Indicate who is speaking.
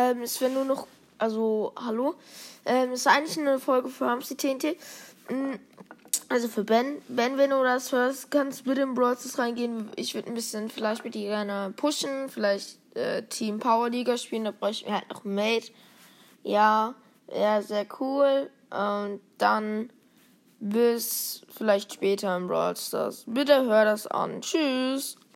Speaker 1: Es wäre nur noch, also, hallo. Es ist eigentlich eine Folge für Hamsi TNT. Also für Ben. Ben, wenn du das hörst, kannst du bitte in Brawl Stars reingehen. Ich würde ein bisschen vielleicht mit dir gerne pushen. Vielleicht Team Power Liga spielen. Da bräuchte ich mir halt noch ein Mate. Ja, wäre sehr cool. Und dann bis vielleicht später in Brawl Stars. Bitte hör das an. Tschüss.